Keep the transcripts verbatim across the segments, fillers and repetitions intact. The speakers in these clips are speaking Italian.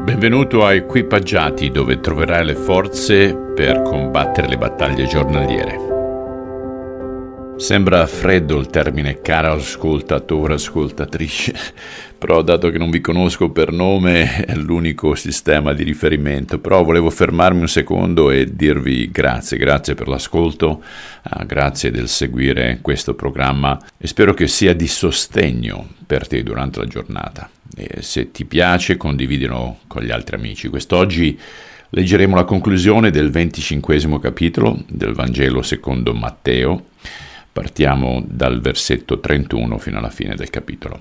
Benvenuto a Equipaggiati, dove troverai le forze per combattere le battaglie giornaliere. Sembra freddo il termine caro ascoltatore, ascoltatrice, però dato che non vi conosco per nome è l'unico sistema di riferimento, però volevo fermarmi un secondo e dirvi grazie, grazie per l'ascolto, uh, grazie del seguire questo programma e spero che sia di sostegno per te durante la giornata. E se ti piace condividilo con gli altri amici. Quest'oggi leggeremo la conclusione del venticinquesimo capitolo del Vangelo secondo Matteo. Partiamo dal versetto trentuno fino alla fine del capitolo.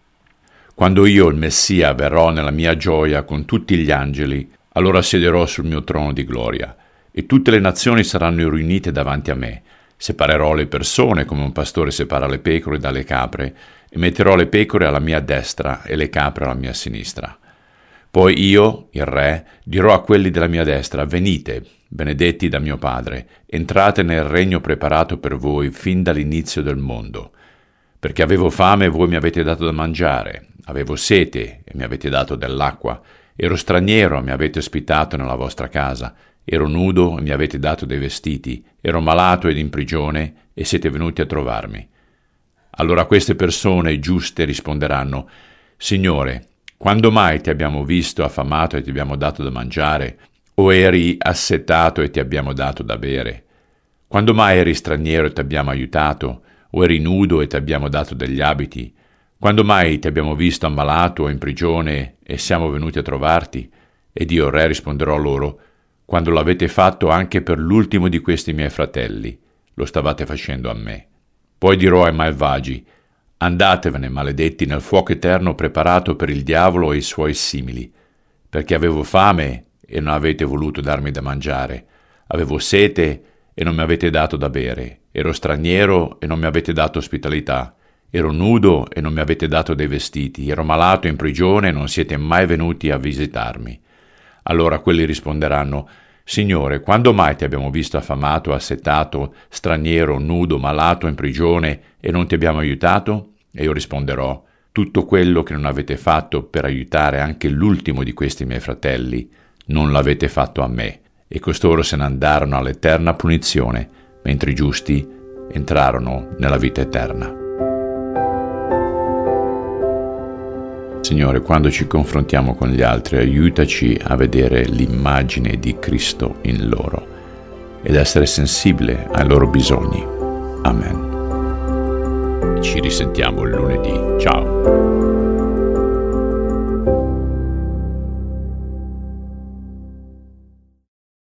Quando io, il Messia, verrò nella mia gioia con tutti gli angeli, allora siederò sul mio trono di gloria, e tutte le nazioni saranno riunite davanti a me. Separerò le persone come un pastore separa le pecore dalle capre, e metterò le pecore alla mia destra e le capre alla mia sinistra. Poi io, il Re, dirò a quelli della mia destra: venite, benedetti da mio Padre, entrate nel regno preparato per voi fin dall'inizio del mondo. Perché avevo fame e voi mi avete dato da mangiare, avevo sete e mi avete dato dell'acqua, ero straniero e mi avete ospitato nella vostra casa, ero nudo e mi avete dato dei vestiti, ero malato ed in prigione e siete venuti a trovarmi. Allora queste persone giuste risponderanno: Signore, quando mai ti abbiamo visto affamato e ti abbiamo dato da mangiare, o eri assetato e ti abbiamo dato da bere? Quando mai eri straniero e ti abbiamo aiutato, o eri nudo e ti abbiamo dato degli abiti? Quando mai ti abbiamo visto ammalato o in prigione e siamo venuti a trovarti? Ed io, Re, risponderò loro: quando l'avete fatto anche per l'ultimo di questi miei fratelli, lo stavate facendo a me. Poi dirò ai malvagi: andatevene, maledetti, nel fuoco eterno preparato per il diavolo e i suoi simili, perché avevo fame e non avete voluto darmi da mangiare, avevo sete e non mi avete dato da bere, ero straniero e non mi avete dato ospitalità, ero nudo e non mi avete dato dei vestiti, ero malato in prigione e non siete mai venuti a visitarmi. Allora quelli risponderanno: Signore, quando mai ti abbiamo visto affamato, assetato, straniero, nudo, malato, in prigione e non ti abbiamo aiutato? E io risponderò: tutto quello che non avete fatto per aiutare anche l'ultimo di questi miei fratelli, non l'avete fatto a me. E costoro se ne andarono all'eterna punizione, mentre i giusti entrarono nella vita eterna. Signore, quando ci confrontiamo con gli altri, aiutaci a vedere l'immagine di Cristo in loro ed essere sensibile ai loro bisogni. Amen. Ci risentiamo lunedì. Ciao.